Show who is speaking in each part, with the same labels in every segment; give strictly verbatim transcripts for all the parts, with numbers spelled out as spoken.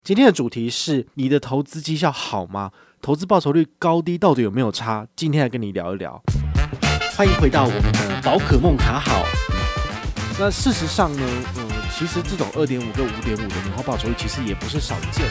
Speaker 1: 今天的主题是你的投资绩效好吗？投资报酬率高低到底有没有差？今天来跟你聊一聊。欢迎回到我们的宝可梦卡好。那事实上呢，呃，其实这种 二点五 跟 五点五 的年化报酬率其实也不是少见。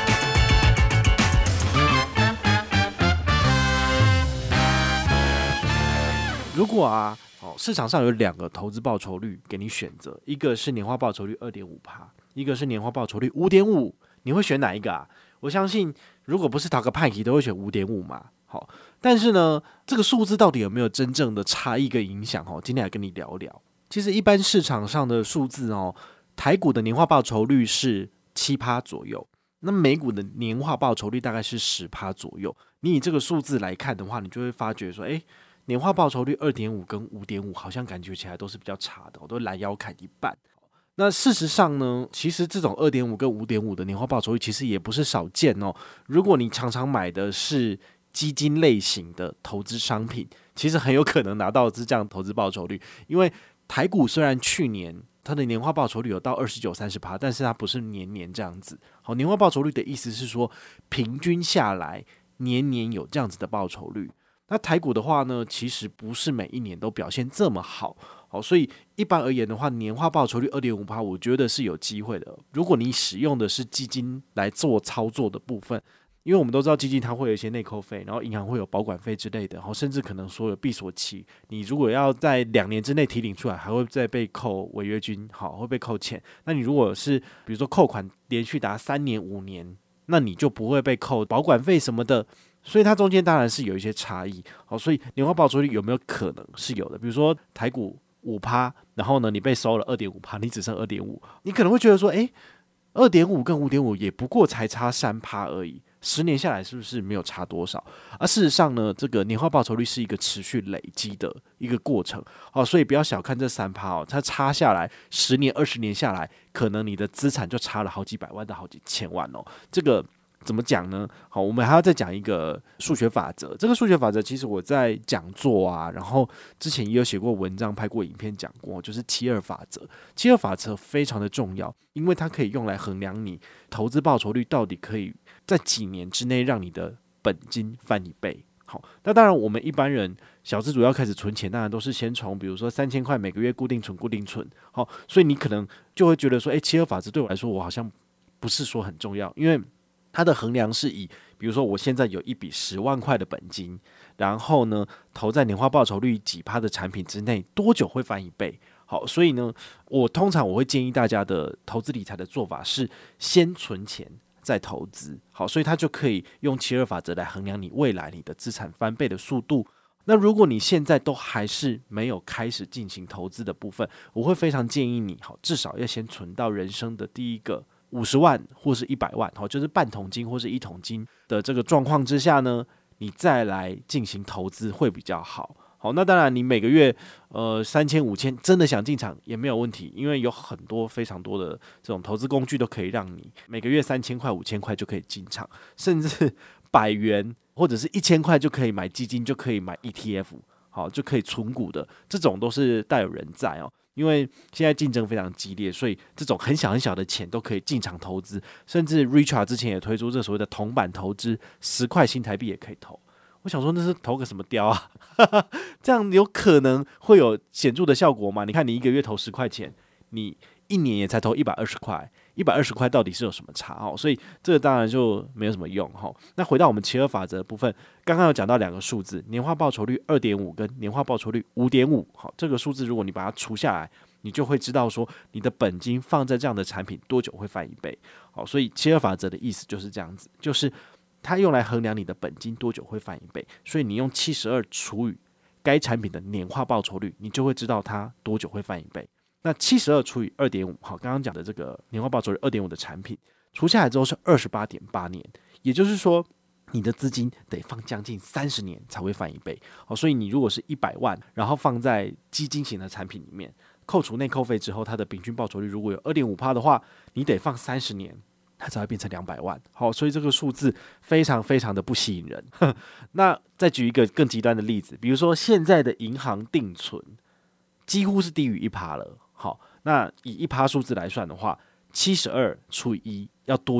Speaker 1: 如果啊，哦，市场上有两个投资报酬率给你选择，一个是年化报酬率 二点五 一个是年化报酬率 五点五， 你会选哪一个啊？我相信如果不是讨个派系都会选 五点五 嘛。好，但是呢，这个数字到底有没有真正的差异跟影响？今天来跟你聊聊。其实一般市场上的数字哦，台股的年化报酬率是 百分之七 左右，那美股的年化报酬率大概是 百分之十 左右。你以这个数字来看的话，你就会发觉说，哎，年化报酬率 二点五 跟 五点五 好像感觉起来都是比较差的，都拦腰砍一半。那事实上呢，其实这种 二点五 跟 五点五 的年化报酬率其实也不是少见哦。如果你常常买的是基金类型的投资商品，其实很有可能拿到的是这样的投资报酬率。因为台股虽然去年它的年化报酬率有到二十九、三十%，但是它不是年年这样子。好，年化报酬率的意思是说，平均下来年年有这样子的报酬率。那台股的话呢，其实不是每一年都表现这么好，好，所以一般而言的话，年化报酬率 二点五 我觉得是有机会的。如果你使用的是基金来做操作的部分，因为我们都知道基金它会有一些内扣费，然后银行会有保管费之类的，然后甚至可能说有闭锁期，你如果要在两年之内提领出来，还会再被扣违约金，好，会被扣钱。那你如果是比如说扣款连续达三年、五年，那你就不会被扣保管费什么的。所以它中间当然是有一些差异，好，所以年化报酬率有没有可能是有的？比如说台股 百分之五， 然后呢你被收了 二点五 你只剩 二点五， 你可能会觉得说，诶 二点五 跟 五点五 也不过才差 百分之三 而已，十年下来是不是没有差多少？而事实上呢，这个年化报酬率是一个持续累积的一个过程，好，所以不要小看这 百分之三 哦，它差下来十年、二十年下来，可能你的资产就差了好几百万到好几千万哦，这个怎么讲呢？好，我们还要再讲一个数学法则。这个数学法则其实我在讲座啊，然后之前也有写过文章、拍过影片讲过，就是七二法则。七二法则非常的重要，因为它可以用来衡量你投资报酬率到底可以在几年之内让你的本金翻一倍。好，那当然我们一般人小资主要开始存钱，当然都是先从比如说三千块每个月固定存、固定存。好，所以你可能就会觉得说，哎，七二法则对我来说，我好像不是说很重要，因为它的衡量是以，比如说我现在有一笔十万块的本金，然后呢投在年化报酬率几趴的产品之内，多久会翻一倍？好，所以呢，我通常我会建议大家的投资理财的做法是先存钱再投资。好，所以它就可以用七二法则来衡量你未来你的资产翻倍的速度。那如果你现在都还是没有开始进行投资的部分，我会非常建议你，好，至少要先存到人生的第一个五十万或是一百万，就是半桶金或是一桶金的这个状况之下呢，你再来进行投资会比较好。好，那当然你每个月呃三千五千真的想进场也没有问题，因为有很多非常多的这种投资工具都可以让你每个月三千块、五千块就可以进场，甚至百元或者是一千块就可以买基金，就可以买 E T F， 好，就可以存股的，这种都是大有人在哦。因为现在竞争非常激烈，所以这种很小很小的钱都可以进场投资，甚至 Richard 之前也推出这所谓的铜板投资，十块新台币也可以投。我想说那是投个什么雕啊？这样有可能会有显著的效果吗？你看你一个月投十块钱，你一年也才投一百二十块，一百二十块到底是有什么差哦？所以这个当然就没有什么用哈。那回到我们七二法则的部分，刚刚有讲到两个数字，年化报酬率 二点五 跟年化报酬率 五点五。好，这个数字如果你把它除下来，你就会知道说你的本金放在这样的产品多久会翻一倍。好，所以七二法则的意思就是这样子，就是它用来衡量你的本金多久会翻一倍，所以你用七十二除以该产品的年化报酬率，你就会知道它多久会翻一倍。那七十二除以 二点五， 好，刚刚讲的这个年化报酬率 二点五 的产品除下来之后是 二十八点八年，也就是说你的资金得放将近三十年才会翻一倍。好，所以你如果是一百万，然后放在基金型的产品里面，扣除内扣费之后，它的平均报酬率如果有 二点五 的话，你得放三十年它才会变成两百万。好，所以这个数字非常非常的不吸引人。那再举一个更极端的例子，比如说现在的银行定存几乎是低于 百分之一 了。好，那以 百分之一 数字来算的话，七十二除以一要多久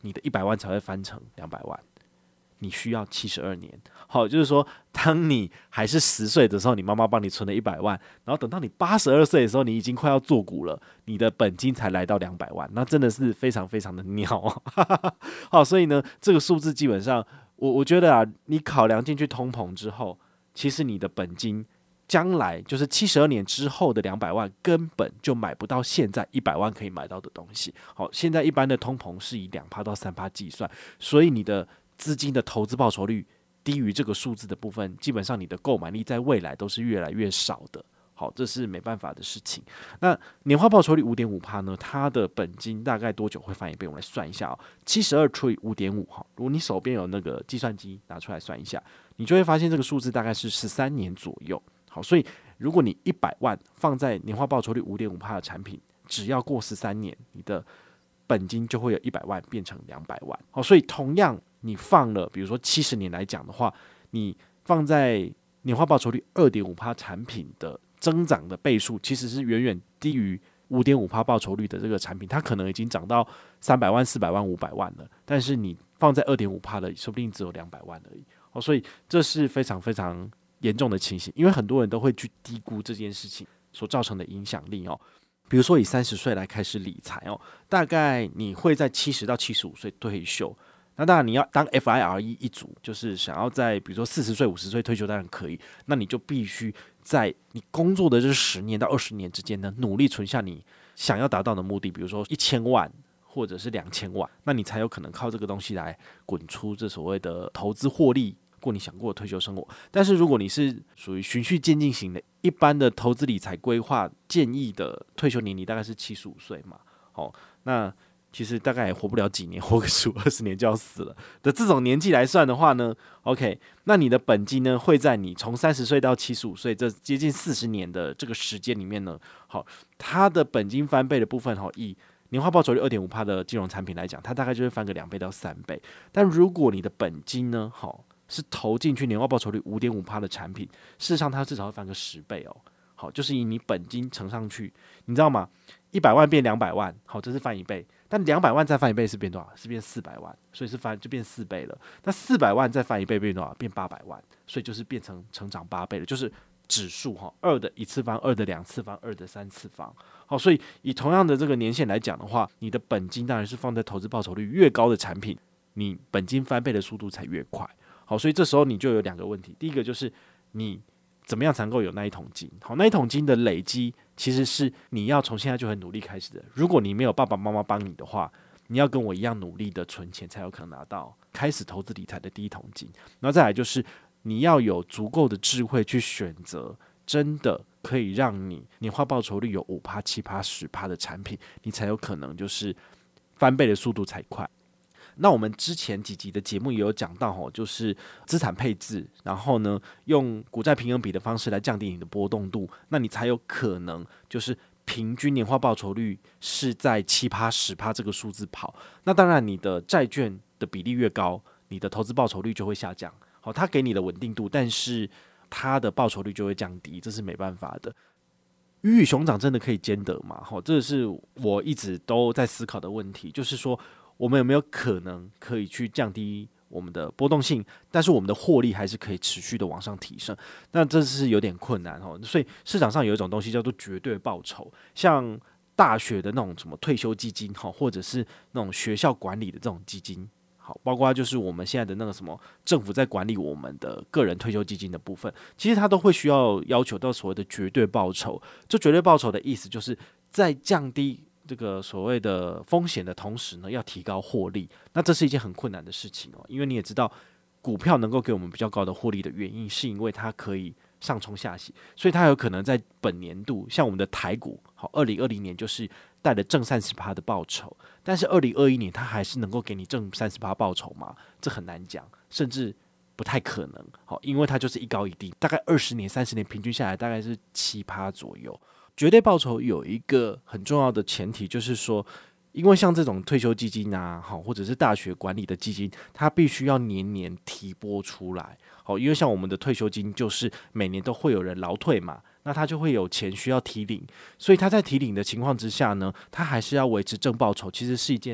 Speaker 1: 你的一百万才会翻成两百万，你需要七十二年。好，就是说，当你还是十岁的时候，你妈妈帮你存了一百万，然后等到你八十二岁的时候，你已经快要做股了，你的本金才来到两百万，那真的是非常非常的鸟哦。好，所以呢，这个数字基本上，我我觉得啊，你考量进去通膨之后，其实你的本金将来就是七十二年之后的两百万，根本就买不到现在一百万可以买到的东西。好，现在一般的通膨是以两趴到三趴计算，所以你的资金的投资报酬率低于这个数字的部分，基本上你的购买力在未来都是越来越少的。好，这是没办法的事情。那年化报酬率 五点五趴 呢？它的本金大概多久会翻一倍？我们来算一下哦。七十二除以 五点五， 如果你手边有那个计算机拿出来算一下，你就会发现这个数字大概是十三年左右。好，所以如果你一百万放在年化报酬率 五点五趴 的产品，只要过十三年，你的本金就会有一百万变成两百万。好，所以同样你放了，比如说七十年来讲的话，你放在年化报酬率 二点五趴 产品的增长的倍数，其实是远远低于 五点五趴 报酬率的这个产品，它可能已经涨到三百万、四百万、五百万了，但是你放在 二点五趴 的，说不定只有两百万而已。哦，所以这是非常非常严重的情形，因为很多人都会去低估这件事情所造成的影响力哦。比如说以三十岁来开始理财哦，大概你会在七十到七十五岁退休。那当然，你要当 F I R E 一族，就是想要在比如说四十岁、五十岁退休，当然可以。那你就必须在你工作的这十年到二十年之间呢，努力存下你想要达到的目的，比如说一千万或者是两千万，那你才有可能靠这个东西来滚出这所谓的投资获利，过你想过的退休生活。但是如果你是属于循序渐进型的，一般的投资理财规划建议的退休年龄大概是七十五岁嘛，好，那其实大概也活不了几年，活个十五二十年就要死了的这种年纪来算的话呢 ，OK， 那你的本金呢会在你从三十岁到七十五岁这接近四十年的这个时间里面呢，好，它的本金翻倍的部分，好，以年化报酬率 二点五趴 的金融产品来讲，它大概就会翻个两倍到三倍。但如果你的本金呢，好，是投进去年化报酬率 五点五趴 的产品，事实上它至少会翻个十倍哦。好，就是以你本金乘上去，你知道吗？一百万变两百万，好，这是翻一倍。但两百万再翻一倍是变多少？是变四百万，所以是翻就变四倍了。那四百万再翻一倍变多少？变八百万，所以就是变成成长八倍了，就是指数哈，二的一次方，二的两次方，二的三次方。好，所以以同样的这个年限来讲的话，你的本金当然是放在投资报酬率越高的产品，你本金翻倍的速度才越快。好，所以这时候你就有两个问题，第一个就是你怎么样才能够有那一桶金？好，那一桶金的累积其实是你要从现在就很努力开始的。如果你没有爸爸妈妈帮你的话，你要跟我一样努力的存钱，才有可能拿到开始投资理财的第一桶金。然后再来就是你要有足够的智慧去选择真的可以让你年化报酬率有 百分之五、百分之七、百分之十 的产品，你才有可能就是翻倍的速度才快。那我们之前几集的节目也有讲到，就是资产配置，然后呢，用股债平衡比的方式来降低你的波动度，那你才有可能就是平均年化报酬率是在七趴、十趴这个数字跑。那当然，你的债券的比例越高，你的投资报酬率就会下降。好，它给你的稳定度，但是它的报酬率就会降低，这是没办法的。鱼与熊掌真的可以兼得吗？好，这是我一直都在思考的问题，就是说，我们有没有可能可以去降低我们的波动性，但是我们的获利还是可以持续的往上提升？那这是有点困难哦。所以市场上有一种东西叫做绝对报酬，像大学的那种什么退休基金，或者是那种学校管理的这种基金，好，包括就是我们现在的那个什么政府在管理我们的个人退休基金的部分，其实它都会需要要求到所谓的绝对报酬。这绝对报酬的意思就是在降低这个所谓的风险的同时呢，要提高获利。那这是一件很困难的事情哦，因为你也知道，股票能够给我们比较高的获利的原因，是因为它可以上冲下洗，所以它有可能在本年度，像我们的台股，好，二零二零年就是带了正三十趴的报酬，但是二零二一年它还是能够给你正三十趴报酬吗？这很难讲，甚至不太可能。好，因为它就是一高一低，大概二十年、三十年平均下来大概是七趴左右。绝对报酬有一个很重要的前提，就是说，因为像这种退休基金啊，好，或者是大学管理的基金，它必须要年年提拨出来。好，因为像我们的退休金，就是每年都会有人劳退嘛，那他就会有钱需要提领，所以他在提领的情况之下呢，他还是要维持正报酬，其实是一件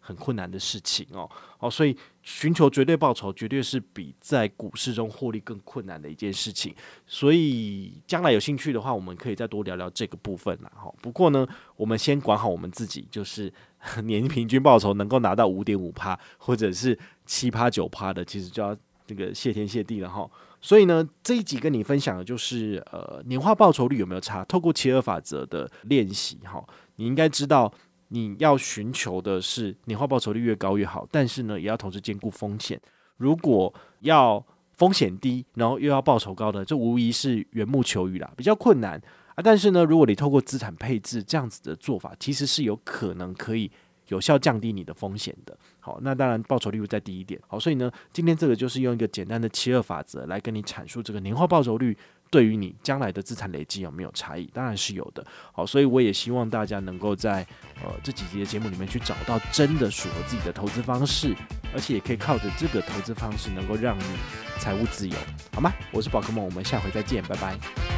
Speaker 1: 很困难的事情哦。哦，所以寻求绝对报酬，绝对是比在股市中获利更困难的一件事情。所以将来有兴趣的话，我们可以再多聊聊这个部分啦。哈，不过呢，我们先管好我们自己，就是年平均报酬能够拿到五点五趴，或者是七趴九趴的，其实就要这个谢天谢地了哈。所以呢，这一集跟你分享的就是呃年化报酬率有没有差？透过七二法则的练习哈，你应该知道你要寻求的是年化报酬率越高越好，但是呢，也要同时兼顾风险。如果要风险低，然后又要报酬高的，这无疑是缘木求鱼啦，比较困难啊。但是呢，如果你透过资产配置这样子的做法，其实是有可能可以有效降低你的风险的。好，那当然报酬率会再低一点。好，所以呢，今天这个就是用一个简单的七二法则来跟你阐述这个年化报酬率对于你将来的资产累积有没有差异？当然是有的。好，所以我也希望大家能够在呃这几集的节目里面去找到真的属合自己的投资方式，而且也可以靠着这个投资方式能够让你财务自由，好吗？我是宝可梦，我们下回再见，拜拜。